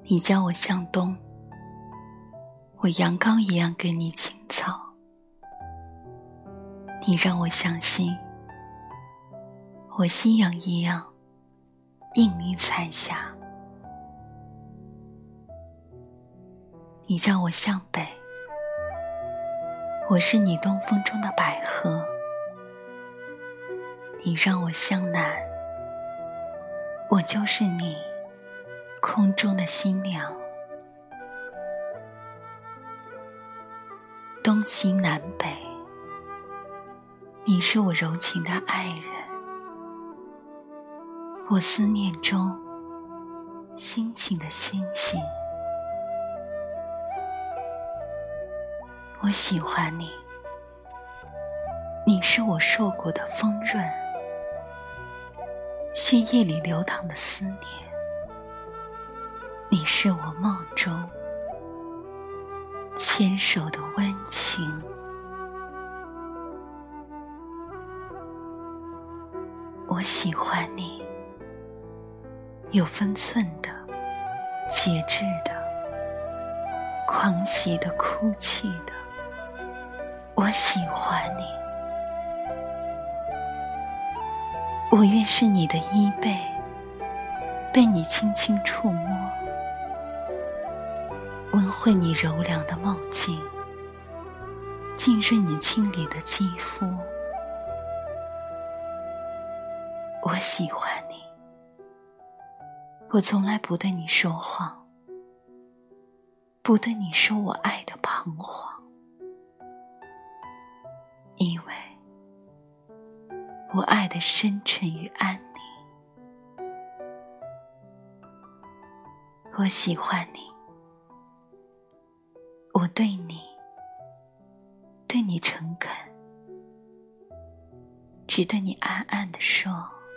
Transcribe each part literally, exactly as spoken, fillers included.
你叫我向东，我羊羔一样给你青草。你让我向西，我夕阳一样映你彩霞。你叫我向北，我是你东风中的百合。你让我向南，我就是你空中的新娘。东西南北，你是我柔情的爱人，我思念中辛勤的星星。我喜欢你，你是我受过的丰润，血液里流淌的思念。你是我梦中牵手的温情。我喜欢你，有分寸的、节制的、狂喜的、哭泣的。我喜欢你，我愿是你的衣被，被你轻轻触摸，温会你柔凉的梦境，浸润你清理的肌肤。我喜欢你，我从来不对你说谎，不对你说我爱的彷徨，因为我爱的深沉与安宁。我喜欢你，我对你对你诚恳，只对你暗暗地说，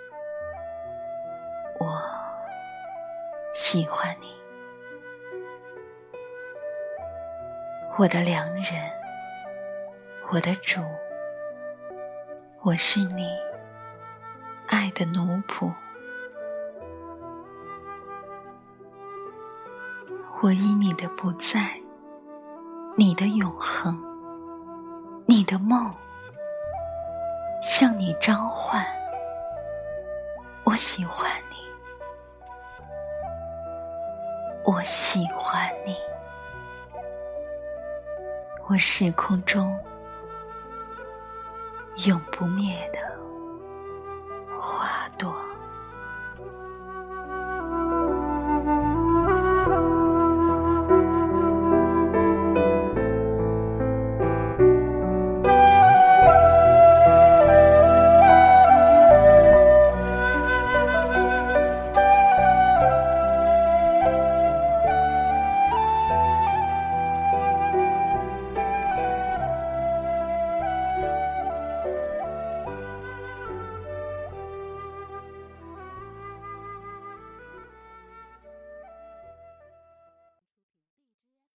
我喜欢你。我的良人，我的主，我是你爱的奴仆。我以你的不在，你的永恒，你的梦，向你召唤。我喜欢你，我喜欢你，我是空中永不灭的花朵。